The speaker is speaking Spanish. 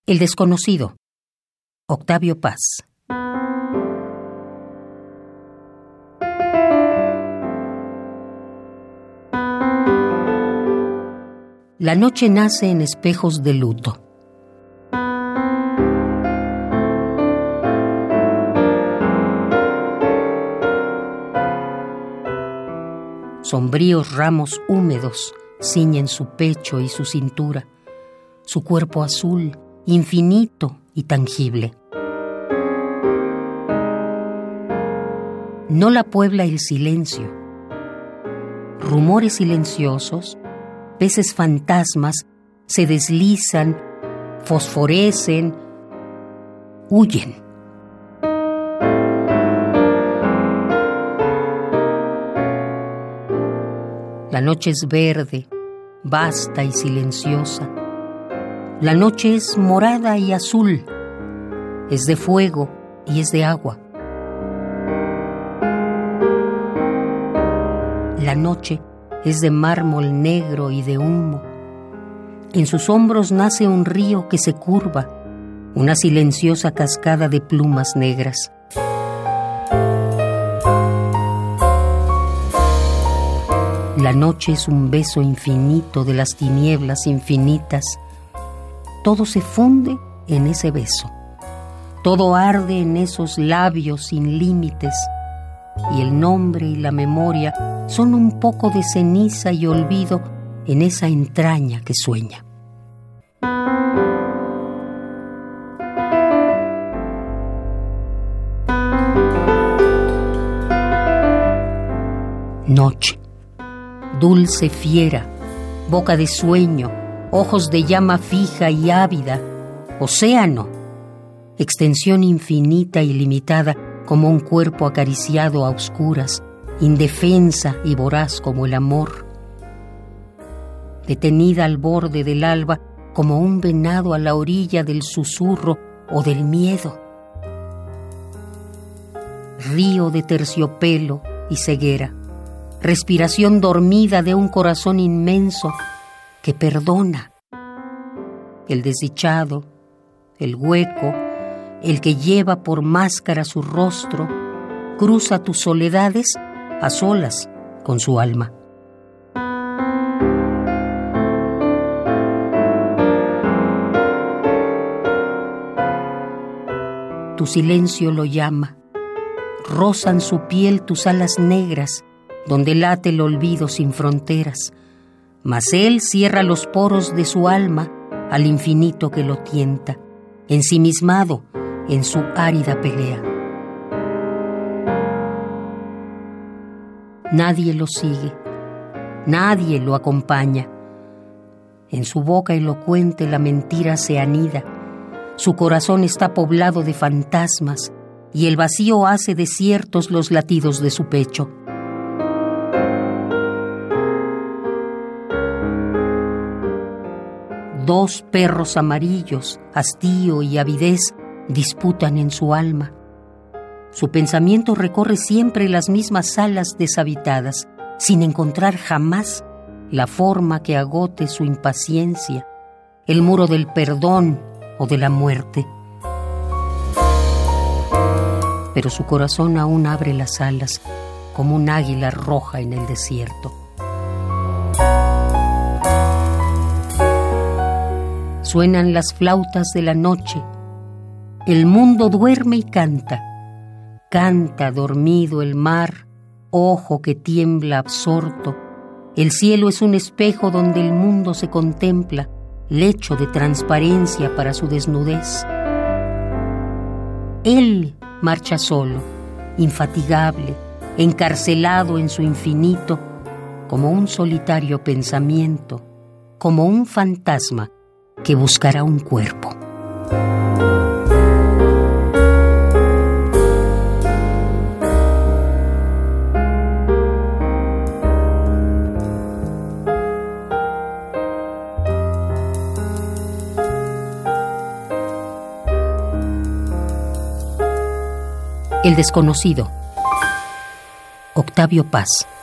El desconocido. Octavio Paz. La noche nace en espejos de luto. Sombríos ramos húmedos ciñen su pecho y su cintura, su cuerpo azul, infinito y tangible. No la puebla el silencio. Rumores silenciosos, peces fantasmas se deslizan, fosforecen, huyen. La noche es verde, vasta y silenciosa. La noche es morada y azul, es de fuego y es de agua. La noche es de mármol negro y de humo. En sus hombros nace un río que se curva, una silenciosa cascada de plumas negras. La noche es un beso infinito de las tinieblas infinitas. Todo se funde en ese beso. Todo arde en esos labios sin límites. Y el nombre y la memoria son un poco de ceniza y olvido en esa entraña que sueña. Noche. Dulce fiera, boca de sueño, ojos de llama fija y ávida, océano, extensión infinita y limitada como un cuerpo acariciado a oscuras, indefensa y voraz como el amor, detenida al borde del alba como un venado a la orilla del susurro o del miedo, río de terciopelo y ceguera, respiración dormida de un corazón inmenso que perdona. El desdichado, el hueco, el que lleva por máscara su rostro, cruza tus soledades a solas con su alma. Tu silencio lo llama, rozan su piel tus alas negras, donde late el olvido sin fronteras, mas él cierra los poros de su alma al infinito que lo tienta, ensimismado en su árida pelea. Nadie lo sigue, nadie lo acompaña. En su boca elocuente la mentira se anida, su corazón está poblado de fantasmas y el vacío hace desiertos los latidos de su pecho. Dos perros amarillos, hastío y avidez, disputan en su alma. Su pensamiento recorre siempre las mismas salas deshabitadas, sin encontrar jamás la forma que agote su impaciencia, el muro del perdón o de la muerte. Pero su corazón aún abre las alas como un águila roja en el desierto. Suenan las flautas de la noche. El mundo duerme y canta. Canta dormido el mar, ojo que tiembla absorto. El cielo es un espejo donde el mundo se contempla, lecho de transparencia para su desnudez. Él marcha solo, infatigable, encarcelado en su infinito, como un solitario pensamiento, como un fantasma que buscará un cuerpo. El desconocido. Octavio Paz.